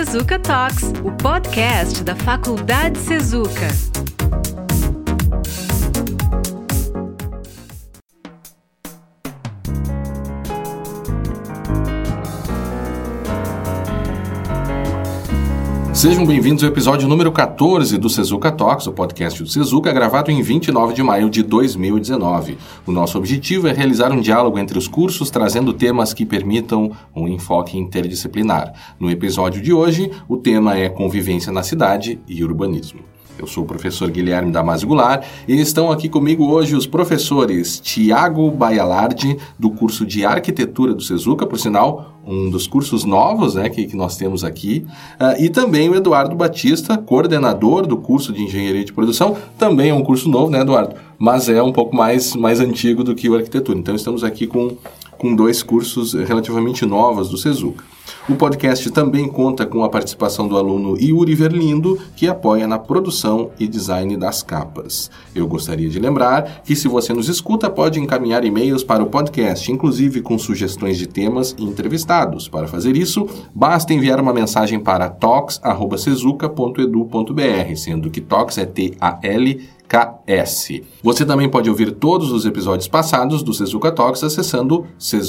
Sezuca Talks, o podcast da Faculdade Sezuca. Sejam bem-vindos ao episódio número 14 do Sezuca Talks, o podcast do Sezuca, gravado em 29 de maio de 2019. O nosso objetivo é realizar um diálogo entre os cursos, trazendo temas que permitam um enfoque interdisciplinar. No episódio de hoje, o tema é convivência na cidade e urbanismo. Eu sou o professor Guilherme Damasio Goulart e estão aqui comigo hoje os professores Tiago Baialardi, do curso de Arquitetura do Sezuca, por sinal, um dos cursos novos que nós temos aqui, e também o Eduardo Batista, coordenador do curso de Engenharia de Produção. Também é um curso novo, né, Eduardo? Mas é um pouco mais antigo do que o Arquitetura. Então estamos aqui com dois cursos relativamente novos do Sezuca. O podcast também conta com a participação do aluno Yuri Verlindo, que apoia na produção e design das capas. Eu gostaria de lembrar que, se você nos escuta, pode encaminhar e-mails para o podcast, inclusive com sugestões de temas e entrevistados. Para fazer isso, basta enviar uma mensagem para talks@sezuca.edu.br, sendo que Talks é TALKS. Você também pode ouvir todos os episódios passados do Sezuca Talks acessando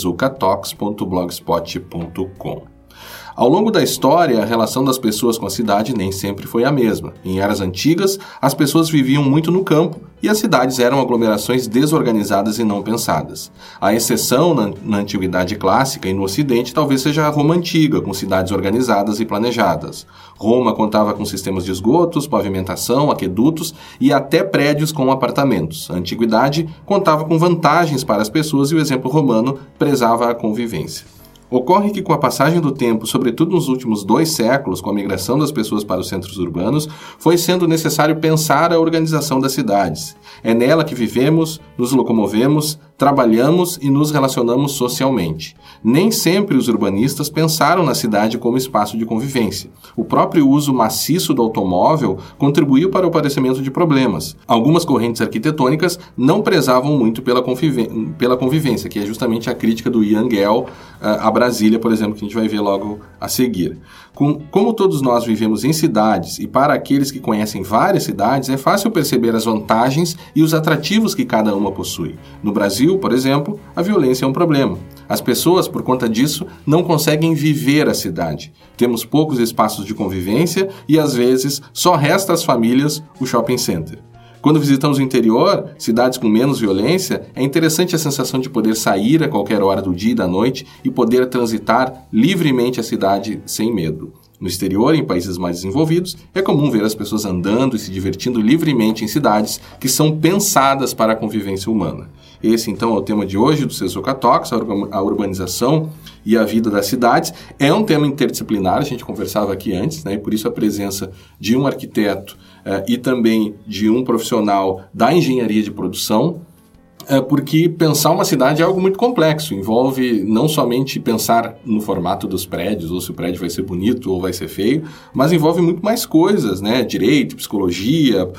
sezucatalks.blogspot.com. Ao longo da história, a relação das pessoas com a cidade nem sempre foi a mesma. Em eras antigas, as pessoas viviam muito no campo e as cidades eram aglomerações desorganizadas e não pensadas. A exceção na Antiguidade Clássica e no Ocidente talvez seja a Roma Antiga, com cidades organizadas e planejadas. Roma contava com sistemas de esgotos, pavimentação, aquedutos e até prédios com apartamentos. A Antiguidade contava com vantagens para as pessoas e o exemplo romano prezava a convivência. Ocorre que, com a passagem do tempo, sobretudo nos últimos 2 séculos, com a migração das pessoas para os centros urbanos, foi sendo necessário pensar a organização das cidades. É nela que vivemos, nos locomovemos, trabalhamos e nos relacionamos socialmente. Nem sempre os urbanistas pensaram na cidade como espaço de convivência. O próprio uso maciço do automóvel contribuiu para o aparecimento de problemas. Algumas correntes arquitetônicas não prezavam muito pela convivência, que é justamente a crítica do Jan Gehl a Brasília, por exemplo, que a gente vai ver logo a seguir. Como todos nós vivemos em cidades, e para aqueles que conhecem várias cidades, é fácil perceber as vantagens e os atrativos que cada uma possui. No Brasil, por exemplo, a violência é um problema. As pessoas, por conta disso, não conseguem viver a cidade. Temos poucos espaços de convivência e, às vezes, só resta às famílias o shopping center. Quando visitamos o interior, cidades com menos violência, é interessante a sensação de poder sair a qualquer hora do dia e da noite e poder transitar livremente a cidade sem medo. No exterior, em países mais desenvolvidos, é comum ver as pessoas andando e se divertindo livremente em cidades que são pensadas para a convivência humana. Esse, então, é o tema de hoje do Sezuca Talks, a urbanização e a vida das cidades. É um tema interdisciplinar, a gente conversava aqui antes, e por isso a presença de um arquiteto e também de um profissional da engenharia de produção, porque pensar uma cidade é algo muito complexo, envolve não somente pensar no formato dos prédios, ou se o prédio vai ser bonito ou vai ser feio, mas envolve muito mais coisas, direito, psicologia,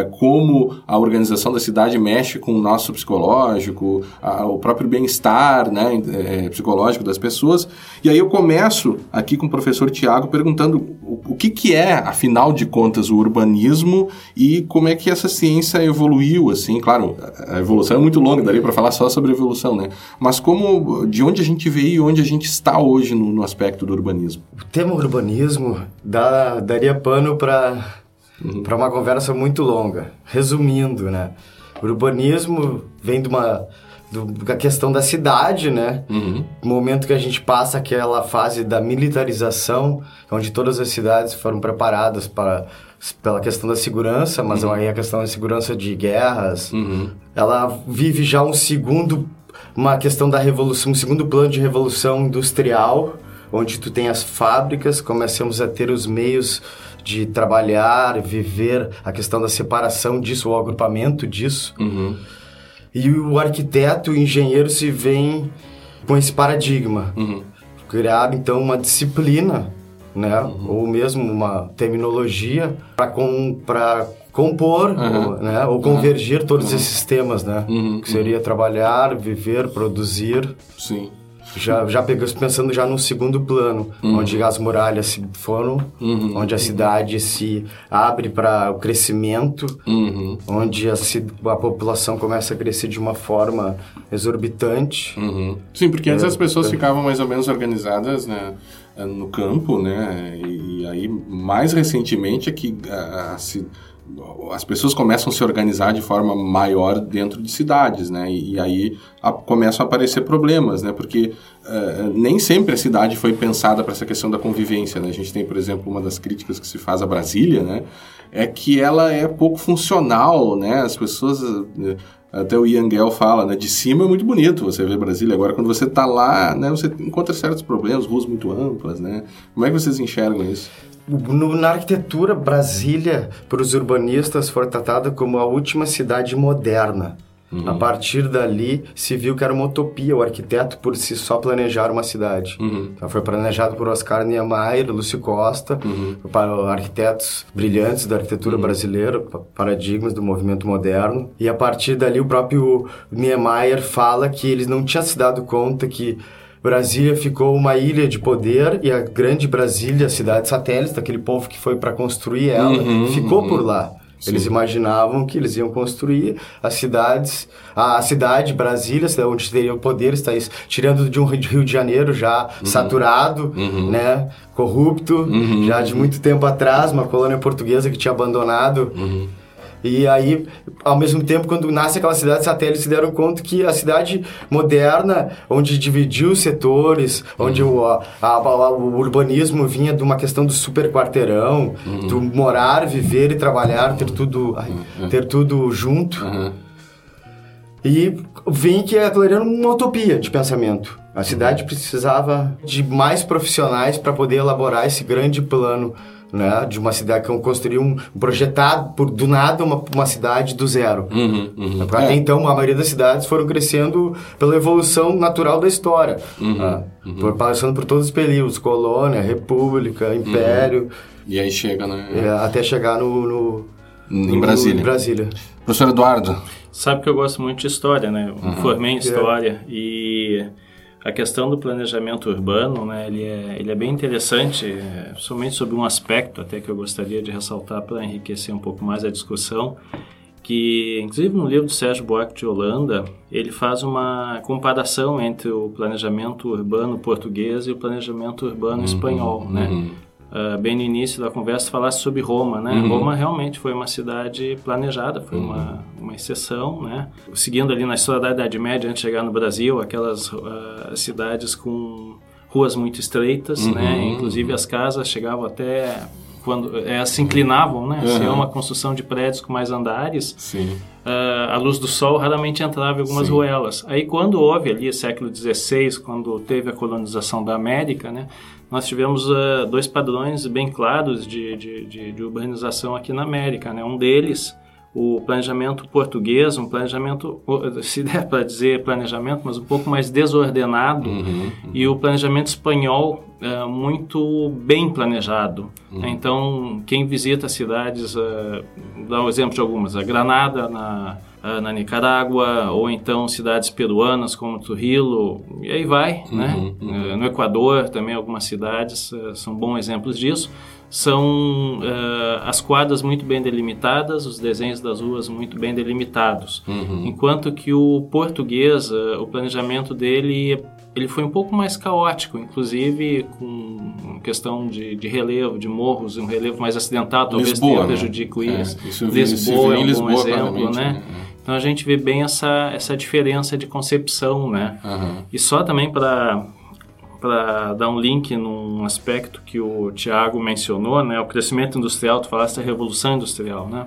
como a organização da cidade mexe com o nosso psicológico, o próprio bem-estar psicológico das pessoas. E aí eu começo aqui com o professor Tiago perguntando o que é, afinal de contas, o urbanismo e como é que essa ciência evoluiu, assim. Claro, a evolução é muito longa, daria para falar só sobre a evolução, Mas de onde a gente veio e onde a gente está hoje no aspecto do urbanismo? O tema urbanismo daria pano para uma conversa muito longa. Resumindo, o urbanismo vem da questão da cidade, No momento que a gente passa aquela fase da militarização, onde todas as cidades foram preparadas pela questão da segurança, mas aí a questão da segurança de guerras, ela vive já uma questão da revolução, um segundo plano de revolução industrial, onde tu tem as fábricas, começamos a ter os meios de trabalhar, viver a questão da separação disso, o agrupamento disso. E o arquiteto, o engenheiro se vem com esse paradigma. Criar, então, uma disciplina, ou mesmo uma terminologia para compor, ou convergir todos esses temas, que seria trabalhar, viver, produzir. Sim. Pensando já no segundo plano, onde as muralhas se foram, onde a cidade se abre para o crescimento, onde a população começa a crescer de uma forma exorbitante. Sim, porque antes as pessoas ficavam mais ou menos organizadas, né, no campo, né, e aí mais recentemente é que as pessoas começam a se organizar de forma maior dentro de cidades, né? E aí começam a aparecer problemas, né? Porque nem sempre a cidade foi pensada para essa questão da convivência, né? A gente tem, por exemplo, uma das críticas que se faz a Brasília, né? É que ela é pouco funcional, né? As pessoas... Até o Ian Gell fala, né? De cima é muito bonito você ver Brasília. Agora, quando você está lá, né? Você encontra certos problemas, ruas muito amplas, né? Como é que vocês enxergam isso? Na arquitetura, Brasília, para os urbanistas, foi tratada como a última cidade moderna. A partir dali, se viu que era uma utopia o arquiteto por si só planejar uma cidade. Então, foi planejado por Oscar Niemeyer, Lúcio Costa, para arquitetos brilhantes da arquitetura brasileira, paradigmas do movimento moderno. E a partir dali, o próprio Niemeyer fala que eles não tinham se dado conta que Brasília ficou uma ilha de poder e a grande Brasília, a cidade satélite, daquele povo que foi para construir ela, ficou por lá. Sim. Eles imaginavam que eles iam construir as cidades, a cidade Brasília, onde teria o poder, está tirando de um Rio de Janeiro já saturado, né, corrupto, já de muito tempo atrás, uma colônia portuguesa que tinha abandonado. E aí, ao mesmo tempo, quando nasce aquela cidade satélite, se deram conta que a cidade moderna, onde dividiu os setores, onde o urbanismo vinha de uma questão do super quarteirão, do morar, viver e trabalhar, ter tudo junto. E vem que aquilo era uma utopia de pensamento. A cidade precisava de mais profissionais para poder elaborar esse grande plano, né, de uma cidade que construiu projetar do nada uma cidade do zero. Até então, a maioria das cidades foram crescendo pela evolução natural da história, passando por todos os períodos, colônia, república, império. E aí chega, né? Até chegar em Brasília. Professor Eduardo. Sabe que eu gosto muito de história, né? Eu me formei em história e a questão do planejamento urbano, né, ele é bem interessante, somente sobre um aspecto até que eu gostaria de ressaltar para enriquecer um pouco mais a discussão, que inclusive no livro do Sérgio Buarque de Holanda, ele faz uma comparação entre o planejamento urbano português e o planejamento urbano espanhol, né? Bem no início da conversa falasse sobre Roma, né? Roma realmente foi uma cidade planejada, foi uma exceção, né? Seguindo ali na história da Idade Média, antes de chegar no Brasil, aquelas cidades com ruas muito estreitas, né? Inclusive as casas chegavam até quando se inclinavam, né? Se é uma construção de prédios com mais andares, a luz do sol raramente entrava em algumas ruelas. Aí quando houve ali, século XVI, quando teve a colonização da América, né? Nós tivemos dois padrões bem claros de urbanização aqui na América, né? Um deles, o planejamento português, um planejamento, se der para dizer planejamento, mas um pouco mais desordenado, e o planejamento espanhol muito bem planejado. Então, quem visita cidades, dá um exemplo de algumas, a Granada, na Nicarágua, ou então cidades peruanas como Trujillo, e aí vai, né? No Equador também algumas cidades são bons exemplos disso. São as quadras muito bem delimitadas, os desenhos das ruas muito bem delimitados. Enquanto que o português, o planejamento dele, ele foi um pouco mais caótico, inclusive com questão de relevo, de morros, um relevo mais acidentado, talvez tenha prejudico isso. Lisboa é um bom exemplo, né? Então a gente vê bem essa diferença de concepção, né? E só também para dar um link num aspecto que o Tiago mencionou, né? O crescimento industrial, tu falaste da revolução industrial, né?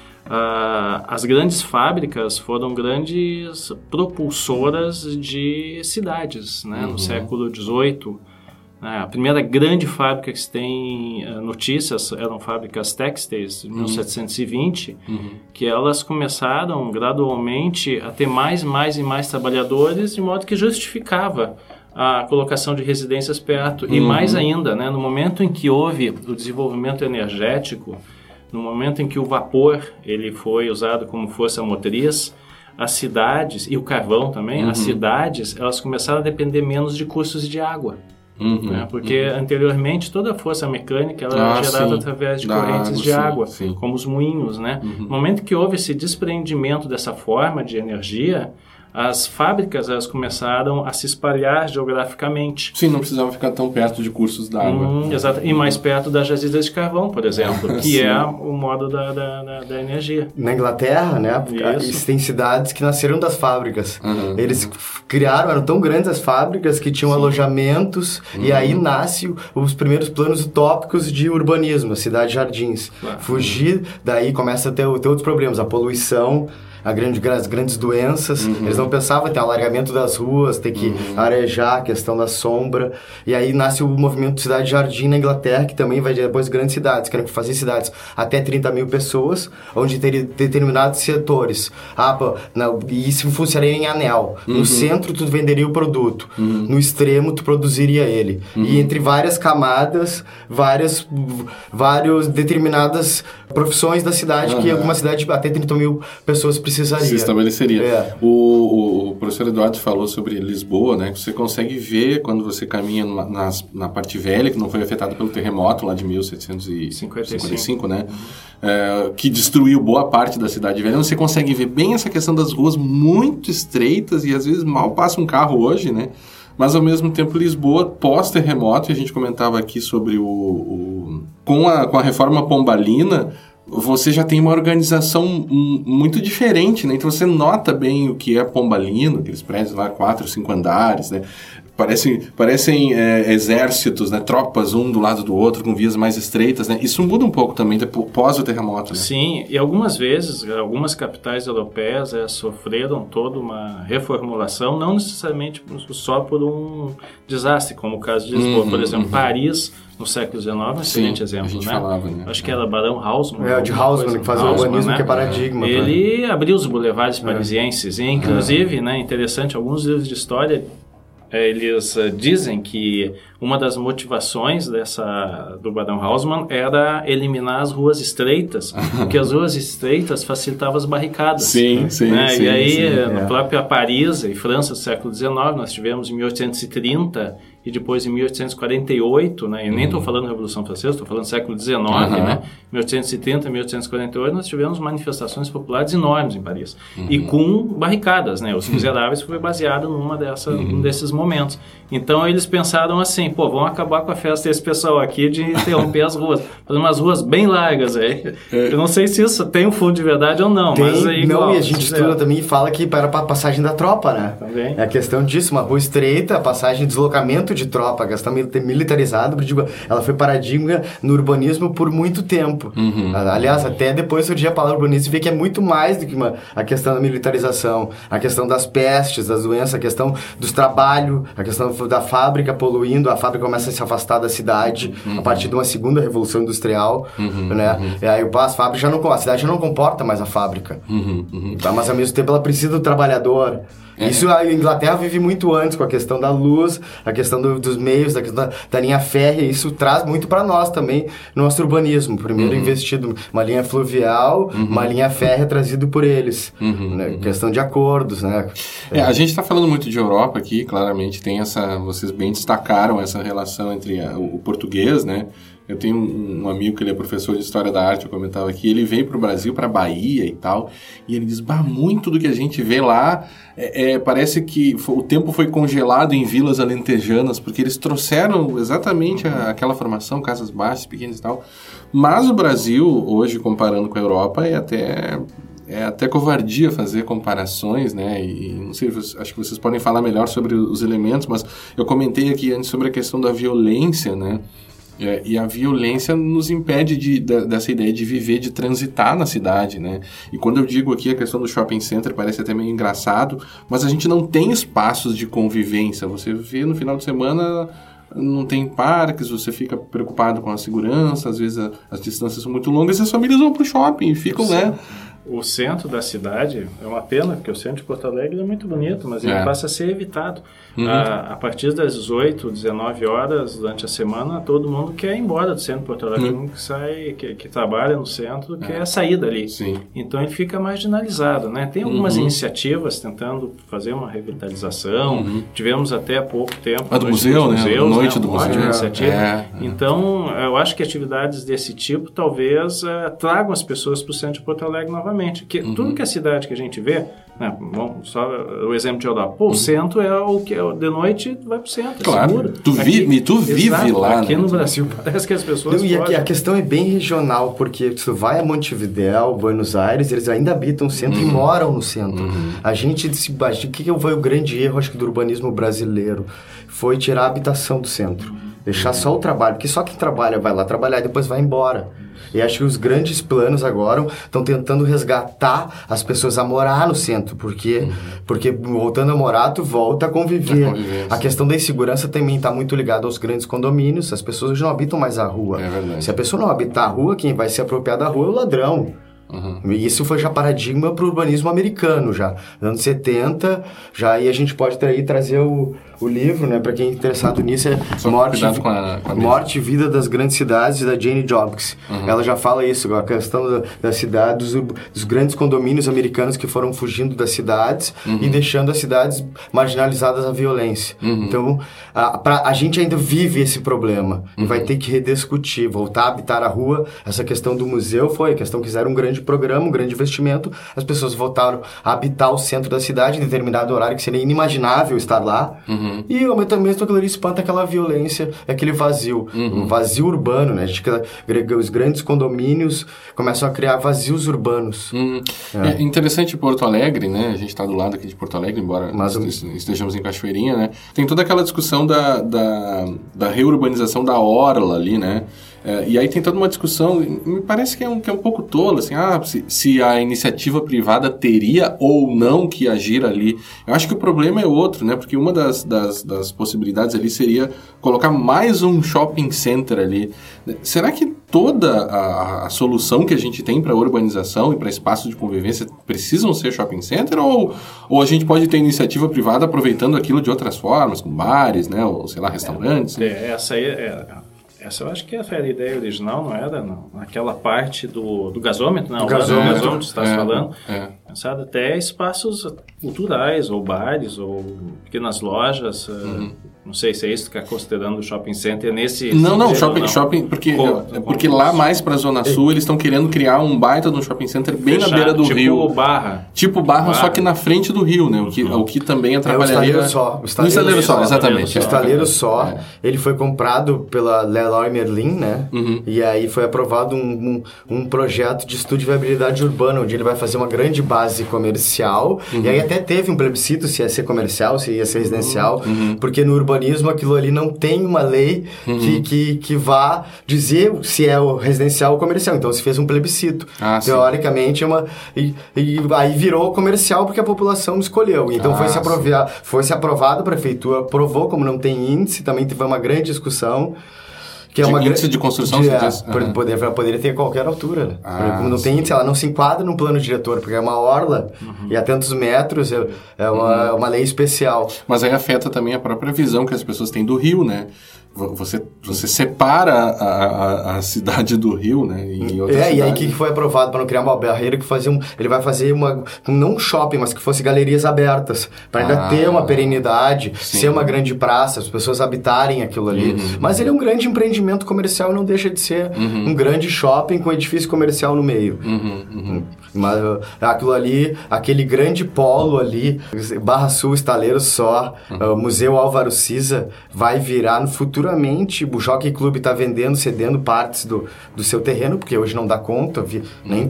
As grandes fábricas foram grandes propulsoras de cidades, né? No século XVIII. A primeira grande fábrica que se tem notícias eram fábricas têxteis de 1720, que elas começaram gradualmente a ter mais e mais trabalhadores, de modo que justificava a colocação de residências perto. E mais ainda, né, no momento em que houve o desenvolvimento energético, no momento em que o vapor ele foi usado como força motriz, as cidades, e o carvão também, as cidades, elas começaram a depender menos de cursos de água. Né? Porque anteriormente toda a força mecânica ela era gerada através de correntes de água, como os moinhos, né? No momento que houve esse desprendimento dessa forma de energia, as fábricas elas começaram a se espalhar geograficamente. Sim, não precisavam ficar tão perto de cursos d'água. Exato, e mais perto das jazidas de carvão, por exemplo, que é o modo da energia. Na Inglaterra, né, tem cidades que nasceram das fábricas. Eles criaram, eram tão grandes as fábricas que tinham alojamentos, e aí nascem os primeiros planos utópicos de urbanismo, cidade-jardins. Fugir, daí começa a ter outros problemas, a poluição, as grandes doenças, eles não pensavam em ter alargamento das ruas, ter que arejar, a questão da sombra, e aí nasce o movimento Cidade-Jardim na Inglaterra, que também vai depois grandes cidades, querem fazer cidades até 30 mil pessoas, onde teria determinados setores, e isso funcionaria em anel, no centro tu venderia o produto, no extremo tu produziria ele, e entre várias camadas, várias determinadas profissões da cidade, que alguma cidade até 30 mil pessoas precisaria. Se estabeleceria. O professor Eduardo falou sobre Lisboa, né? Que você consegue ver quando você caminha na parte velha, que não foi afetada pelo terremoto lá de 1755, né? Que destruiu boa parte da cidade velha. Você consegue ver bem essa questão das ruas muito estreitas e às vezes mal passa um carro hoje, né? Mas ao mesmo tempo Lisboa, pós-terremoto, e a gente comentava aqui sobre com a reforma pombalina, você já tem uma organização muito diferente, né? Então você nota bem o que é pombalino, aqueles prédios lá, 4, 5 andares, né? Parecem exércitos, né? Tropas um do lado do outro, com vias mais estreitas, né? Isso muda um pouco também pós o terremoto, né? Sim, e algumas vezes, algumas capitais europeias sofreram toda uma reformulação, não necessariamente só por um desastre, como o caso de Lisboa. Por exemplo, Paris, no século XIX, um excelente exemplo, a gente né? falava, né? Acho que era Barão Haussmann. O de Haussmann, que fazia o urbanismo, né? Que é paradigma. Ele abriu os bulevares parisienses, e inclusive, né, interessante, alguns livros de história, eles dizem que uma das motivações do Barão Haussmann era eliminar as ruas estreitas, porque as ruas estreitas facilitavam as barricadas. Sim. E aí, no próprio Paris e França do século XIX, nós tivemos em 1830 e depois em 1848, né? Eu nem estou falando Revolução Francesa, estou falando século XIX, né? 1830 e 1848 nós tivemos manifestações populares enormes em Paris. E com barricadas, né? Os Miseráveis foi baseado num desses momentos. Então eles pensaram assim, vamos acabar com a festa desse pessoal aqui de interromper as ruas. Fazer umas ruas bem largas aí. Eu não sei se isso tem um fundo de verdade ou não, mas aí... Não, e a gente estuda também e fala que para a passagem da tropa, né? Também. É a questão disso, uma rua estreita, a passagem de deslocamento de tropa, a questão militarizada, ela foi paradigma no urbanismo por muito tempo. Aliás, até depois surgiu a palavra urbanismo e vê que é muito mais do que a questão da militarização, a questão das pestes, das doenças, a questão dos trabalhos, a questão da fábrica poluindo, a fábrica começa a se afastar da cidade a partir de uma segunda revolução industrial, né? E aí a cidade já não comporta mais a fábrica, mas ao mesmo tempo ela precisa do trabalhador. Isso a Inglaterra vive muito antes, com a questão da luz, a questão dos meios, a questão da linha férrea. Isso traz muito para nós também, no nosso urbanismo. Primeiro investido uma linha fluvial, uma linha férrea trazido por eles. Né? Questão de acordos, né? A gente está falando muito de Europa aqui, claramente tem vocês bem destacaram essa relação entre o português, né? Eu tenho um amigo que ele é professor de História da Arte, eu comentava aqui, ele veio para o Brasil, para a Bahia e tal, e ele diz, muito do que a gente vê lá, parece que o tempo foi congelado em vilas alentejanas, porque eles trouxeram exatamente aquela formação, casas baixas, pequenas e tal, mas o Brasil, hoje, comparando com a Europa, é até covardia fazer comparações, né? E não sei, acho que vocês podem falar melhor sobre os elementos, mas eu comentei aqui antes sobre a questão da violência, né? E a violência nos impede dessa ideia de viver, de transitar na cidade, né? E quando eu digo aqui a questão do shopping center, parece até meio engraçado, mas a gente não tem espaços de convivência. Você vê no final de semana, não tem parques, você fica preocupado com a segurança, às vezes as distâncias são muito longas e as famílias vão pro shopping e ficam, né? o centro da cidade, é uma pena, porque o centro de Porto Alegre é muito bonito, mas ele passa a ser evitado. A partir das 18, 19 horas, durante a semana, todo mundo quer ir embora do centro de Porto Alegre. Todo mundo que sai, que trabalha no centro, quer sair dali. Sim. Então ele fica marginalizado, né? Tem algumas iniciativas tentando fazer uma revitalização. Tivemos até há pouco tempo... A do museu, né? A noite do museu. Ótima iniciativa. Então, eu acho que atividades desse tipo talvez tragam as pessoas para o centro de Porto Alegre novamente. Que tudo que a cidade que a gente vê, né, bom, só o exemplo de Europa, o centro é o que de noite vai para o centro. Claro, seguro. tu vive lá. Aqui no Brasil parece que as pessoas... E a questão é bem regional, porque se tu vai a Montevidéu, Buenos Aires, eles ainda habitam o centro e moram no centro. A gente, o que foi o grande erro, acho que, do urbanismo brasileiro? Foi tirar a habitação do centro. Deixar só o trabalho, porque só quem trabalha vai lá trabalhar e depois vai embora. E acho que os grandes planos agora estão tentando resgatar as pessoas a morar no centro, porque voltando a morar, tu volta a conviver. A questão da insegurança também está muito ligada aos grandes condomínios, as pessoas hoje não habitam mais a rua. É verdade. Se a pessoa não habitar a rua, quem vai se apropriar da rua é o ladrão. E isso foi já paradigma para o urbanismo americano, já. Nos anos 70, já aí a gente pode trazer o livro, né, para quem é interessado nisso, é Morte e Vida das Grandes Cidades, da Jane Jobs. Ela já fala isso, a questão da cidade, dos grandes condomínios americanos que foram fugindo das cidades e deixando as cidades marginalizadas à violência. Então, a gente ainda vive esse problema e vai ter que rediscutir, voltar a habitar a rua. Essa questão do museu foi a questão que fizeram um grande programa, um grande investimento, as pessoas voltaram a habitar o centro da cidade em determinado horário que seria inimaginável estar lá. E ao mesmo tempo aquilo ali espanta aquela violência, aquele vazio, um vazio urbano, né? Os grandes condomínios começam a criar vazios urbanos. É interessante Porto Alegre, né? A gente está do lado aqui de Porto Alegre, embora estejamos em Cachoeirinha, né? Tem toda aquela discussão da reurbanização da orla ali, né? E aí tem toda uma discussão, me parece que é um pouco tolo, assim, se a iniciativa privada teria ou não que agir ali. Eu acho que o problema é outro, né? Porque uma das possibilidades ali seria colocar mais um shopping center ali. Será que toda a solução que a gente tem para urbanização e para espaço de convivência precisam ser shopping center ou a gente pode ter iniciativa privada aproveitando aquilo de outras formas, com bares, né? Ou, sei lá, restaurantes? Essa eu acho que foi a ideia original, não era? Não. Naquela parte do gasômetro, não. Do gasômetro que você está falando. Pensado até espaços culturais, ou bares, ou pequenas lojas. Não sei se é isso que está considerando o shopping center nesse... Não, shopping porque lá mais para a Zona Sul eles estão querendo criar um baita de um shopping center bem na beira do rio. Tipo Barra, só que na frente do rio, né? O que também atrapalharia... O Estaleiro Só, exatamente. O Estaleiro Só, ele foi comprado pela Leroy Merlin, né? E aí foi aprovado um projeto de estudo de viabilidade urbana, onde ele vai fazer uma grande base comercial. E aí até teve um plebiscito se ia ser comercial, se ia ser residencial, porque no urbanismo aquilo ali não tem uma lei que vá dizer se é o residencial ou comercial. Então se fez um plebiscito. Teoricamente e aí virou comercial porque a população escolheu. Então foi se aprovado, a prefeitura aprovou, como não tem índice, também teve uma grande discussão. Que é uma índice de construção? Poderia ter qualquer altura. Como não tem índice, ela não se enquadra no plano diretor, porque é uma orla e a tantos metros é uma lei especial. Mas aí afeta também a própria visão que as pessoas têm do rio, né? Você separa a cidade do rio, né? E aí o que foi aprovado para não criar uma barreira ele vai fazer não um shopping, mas que fosse galerias abertas, para ainda ter uma perenidade, ser uma grande praça, as pessoas habitarem aquilo ali. Mas ele é um grande empreendimento comercial e não deixa de ser um grande shopping com edifício comercial no meio. Mas aquilo ali, aquele grande polo ali, Barra Sul, Estaleiro Só, o Museu Álvaro Siza, vai virar no futuro. Futuramente, o Jockey Club está cedendo partes do seu terreno, porque hoje não dá conta nem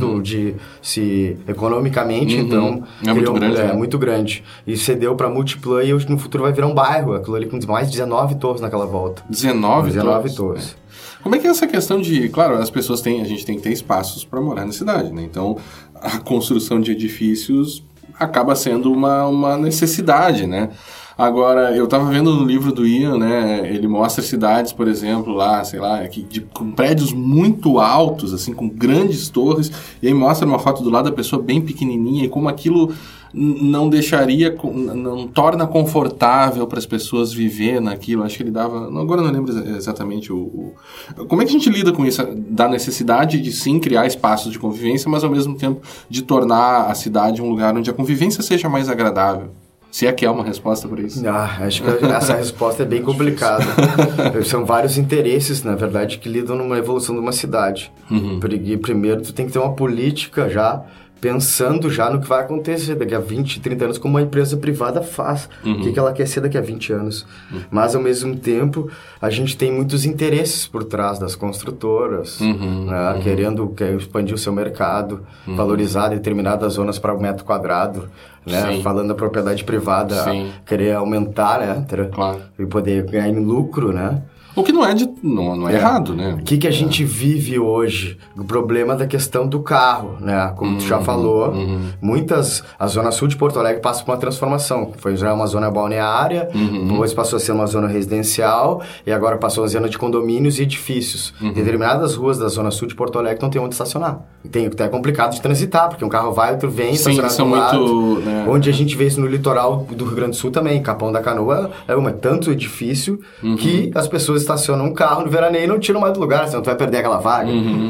economicamente, então... É muito grande. É muito grande. E cedeu para Multiplan e hoje no futuro vai virar um bairro, aquilo ali com mais de 19 torres naquela volta. 19 torres. Como é que é essa questão de... Claro, a gente tem que ter espaços para morar na cidade, né? Então, a construção de edifícios acaba sendo uma necessidade, né? Agora, eu tava vendo no livro do Ian, né, ele mostra cidades, por exemplo, lá, sei lá, com prédios muito altos, assim, com grandes torres, e aí mostra uma foto do lado da pessoa bem pequenininha, e como aquilo não deixaria, não torna confortável para as pessoas viver naquilo. Acho que ele dava, agora não lembro exatamente como é que a gente lida com isso, da necessidade de sim criar espaços de convivência, mas ao mesmo tempo de tornar a cidade um lugar onde a convivência seja mais agradável. Se é que há uma resposta para isso. Acho que essa resposta é bem complicada. São vários interesses, na verdade, que lidam numa evolução de uma cidade. Porque primeiro tu tem que ter uma política já, pensando já no que vai acontecer daqui a 20, 30 anos, como uma empresa privada faz. O que ela quer ser daqui a 20 anos. Mas, ao mesmo tempo, a gente tem muitos interesses por trás das construtoras, né, querendo expandir o seu mercado, valorizar determinadas zonas para o metro quadrado, né, falando da propriedade privada, querer aumentar, né, e poder ganhar em lucro, né. O que não é errado, né? O que a gente vive hoje? O problema da questão do carro, né? Como tu já falou, a Zona Sul de Porto Alegre passa por uma transformação. Foi já uma zona balneária, depois passou a ser uma zona residencial, e agora passou a zona de condomínios e edifícios. Determinadas ruas da Zona Sul de Porto Alegre não tem onde estacionar. É complicado de transitar, porque um carro vai, outro vem, estacionar do lado. Né? Onde a gente vê isso no litoral do Rio Grande do Sul também. Capão da Canoa é tanto edifício que as pessoas estacionam um carro no veraneio e não tiram mais do lugar, senão tu vai perder aquela vaga.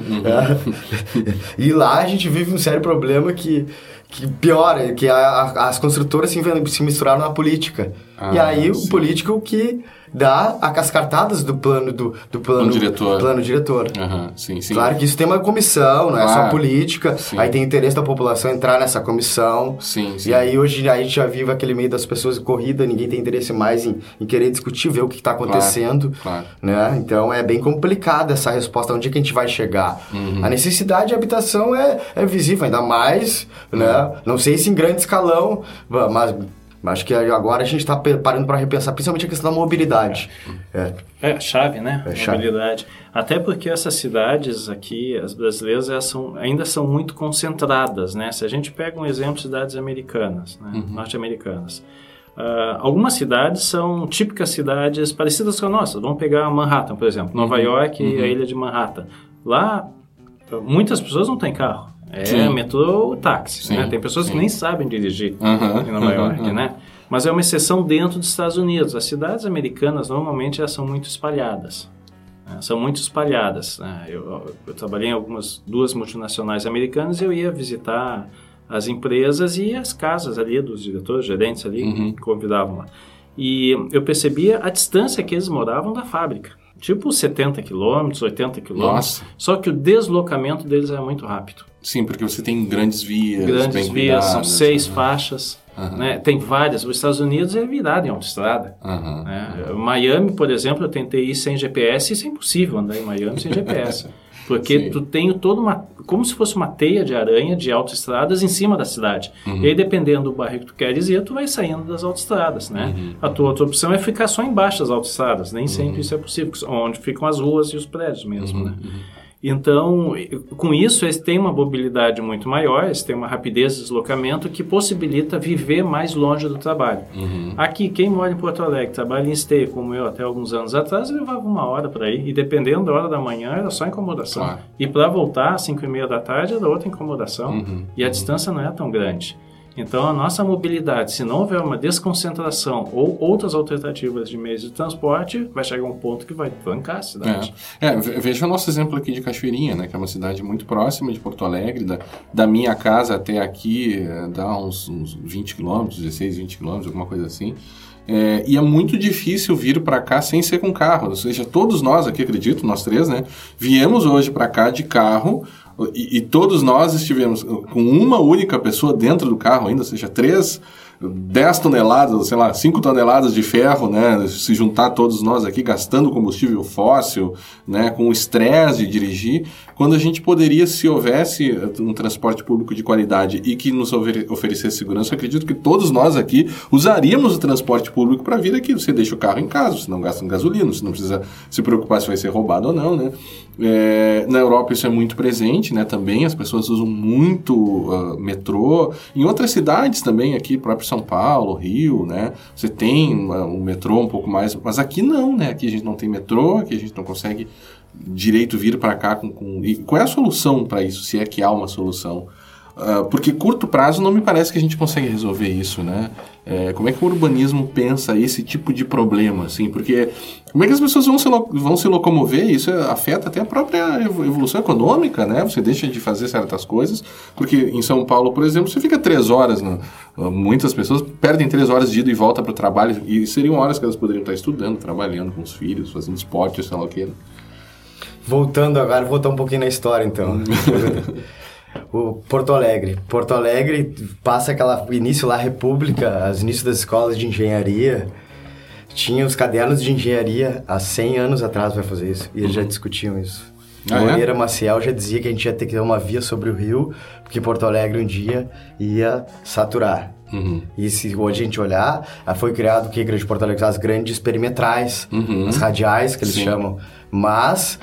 E lá a gente vive um sério problema que piora, que as construtoras se misturaram na política. E aí o político que dá as cartadas do plano diretor. Sim. Claro que isso tem uma comissão, não é só política. Aí tem interesse da população entrar nessa comissão. E aí hoje a gente já vive aquele meio das pessoas corrida, ninguém tem interesse mais em querer discutir, ver o que está acontecendo. Né? Então é bem complicada essa resposta, onde é que a gente vai chegar. A necessidade de habitação é visível, ainda mais, né? Não sei se em grande escalão, mas acho que agora a gente está parando para repensar, principalmente a questão da mobilidade. É a chave, né? Mobilidade. Até porque essas cidades aqui, as brasileiras, ainda são muito concentradas, né? Se a gente pega um exemplo de cidades americanas, né? Norte-americanas, algumas cidades são típicas cidades parecidas com a nossa. Vamos pegar Manhattan, por exemplo. Nova York e a ilha de Manhattan. Lá, muitas pessoas não têm carro. Metrô ou táxi, né? Tem pessoas que nem sabem dirigir em Nova York, né? Mas é uma exceção dentro dos Estados Unidos. As cidades americanas, normalmente, elas são muito espalhadas. Né? São muito espalhadas. Né? Eu trabalhei em duas multinacionais americanas e eu ia visitar as empresas e as casas ali dos diretores, gerentes ali, que convidavam lá. E eu percebia a distância que eles moravam da fábrica. Tipo 70 quilômetros, 80 quilômetros. Só que o deslocamento deles era muito rápido. Sim, porque você tem grandes vias. Grandes vias, são 6 faixas. Né? Tem várias. Os Estados Unidos é virado em autoestrada. Né? Miami, por exemplo, eu tentei ir sem GPS e isso é impossível andar em Miami sem GPS. Porque tu tem como se fosse uma teia de aranha de autoestradas em cima da cidade. E aí, dependendo do bairro que tu queres ir, tu vai saindo das autoestradas, né? A tua outra opção é ficar só embaixo das autoestradas. Nem sempre isso é possível, onde ficam as ruas e os prédios mesmo, né? Então, com isso, eles têm uma mobilidade muito maior, eles têm uma rapidez de deslocamento que possibilita viver mais longe do trabalho. Aqui, quem mora em Porto Alegre, trabalha em esteio, como eu, até alguns anos atrás, levava 1 hora para ir, e dependendo da hora da manhã, era só incomodação. E para voltar às 5h30 da tarde, era outra incomodação. E a distância não é tão grande. Então, a nossa mobilidade, se não houver uma desconcentração ou outras alternativas de meios de transporte, vai chegar a um ponto que vai trancar a cidade. Veja o nosso exemplo aqui de Cachoeirinha, né, que é uma cidade muito próxima de Porto Alegre. Da minha casa até aqui dá uns 20 quilômetros, 16, 20 quilômetros, alguma coisa assim. E é muito difícil vir para cá sem ser com carro. Ou seja, todos nós aqui, acredito, nós 3, né, viemos hoje para cá de carro. E todos nós estivemos com uma única pessoa dentro do carro ainda, ou seja, 10 toneladas, sei lá, 5 toneladas de ferro, né, se juntar todos nós aqui, gastando combustível fóssil, né, com o estresse de dirigir, quando a gente poderia, se houvesse um transporte público de qualidade e que nos oferecesse segurança, eu acredito que todos nós aqui usaríamos o transporte público para vir aqui. Você deixa o carro em casa, você não gasta gasolina, você não precisa se preocupar se vai ser roubado ou não, né. Na Europa isso é muito presente, né, também as pessoas usam muito metrô, em outras cidades também aqui, próprio São Paulo, Rio, né? Você tem um metrô um pouco mais... Mas aqui não, né? Aqui a gente não tem metrô, aqui a gente não consegue direito vir para cá E qual é a solução para isso, se é que há uma solução? Porque curto prazo não me parece que a gente consegue resolver isso, né? Como é que o urbanismo pensa esse tipo de problema, assim? Porque como é que as pessoas vão se locomover? Isso afeta até a própria evolução econômica, né? Você deixa de fazer certas coisas, porque em São Paulo, por exemplo, você fica 3 horas, muitas pessoas perdem 3 horas de ida e volta para o trabalho, e seriam horas que elas poderiam estar estudando, trabalhando com os filhos, fazendo esporte, sei lá o que, né? Voltando agora, voltar um pouquinho na história, então. O Porto Alegre passa aquela início lá, República, os inícios das escolas de engenharia, tinha os cadernos de engenharia há 100 anos atrás vai fazer isso, e eles já discutiam isso. Moreira Maciel já dizia que a gente ia ter que ter uma via sobre o rio, porque Porto Alegre um dia ia saturar. E se hoje a gente olhar, foi criado o que a Igreja de Porto Alegre, as grandes perimetrais, as radiais que eles chamam, mas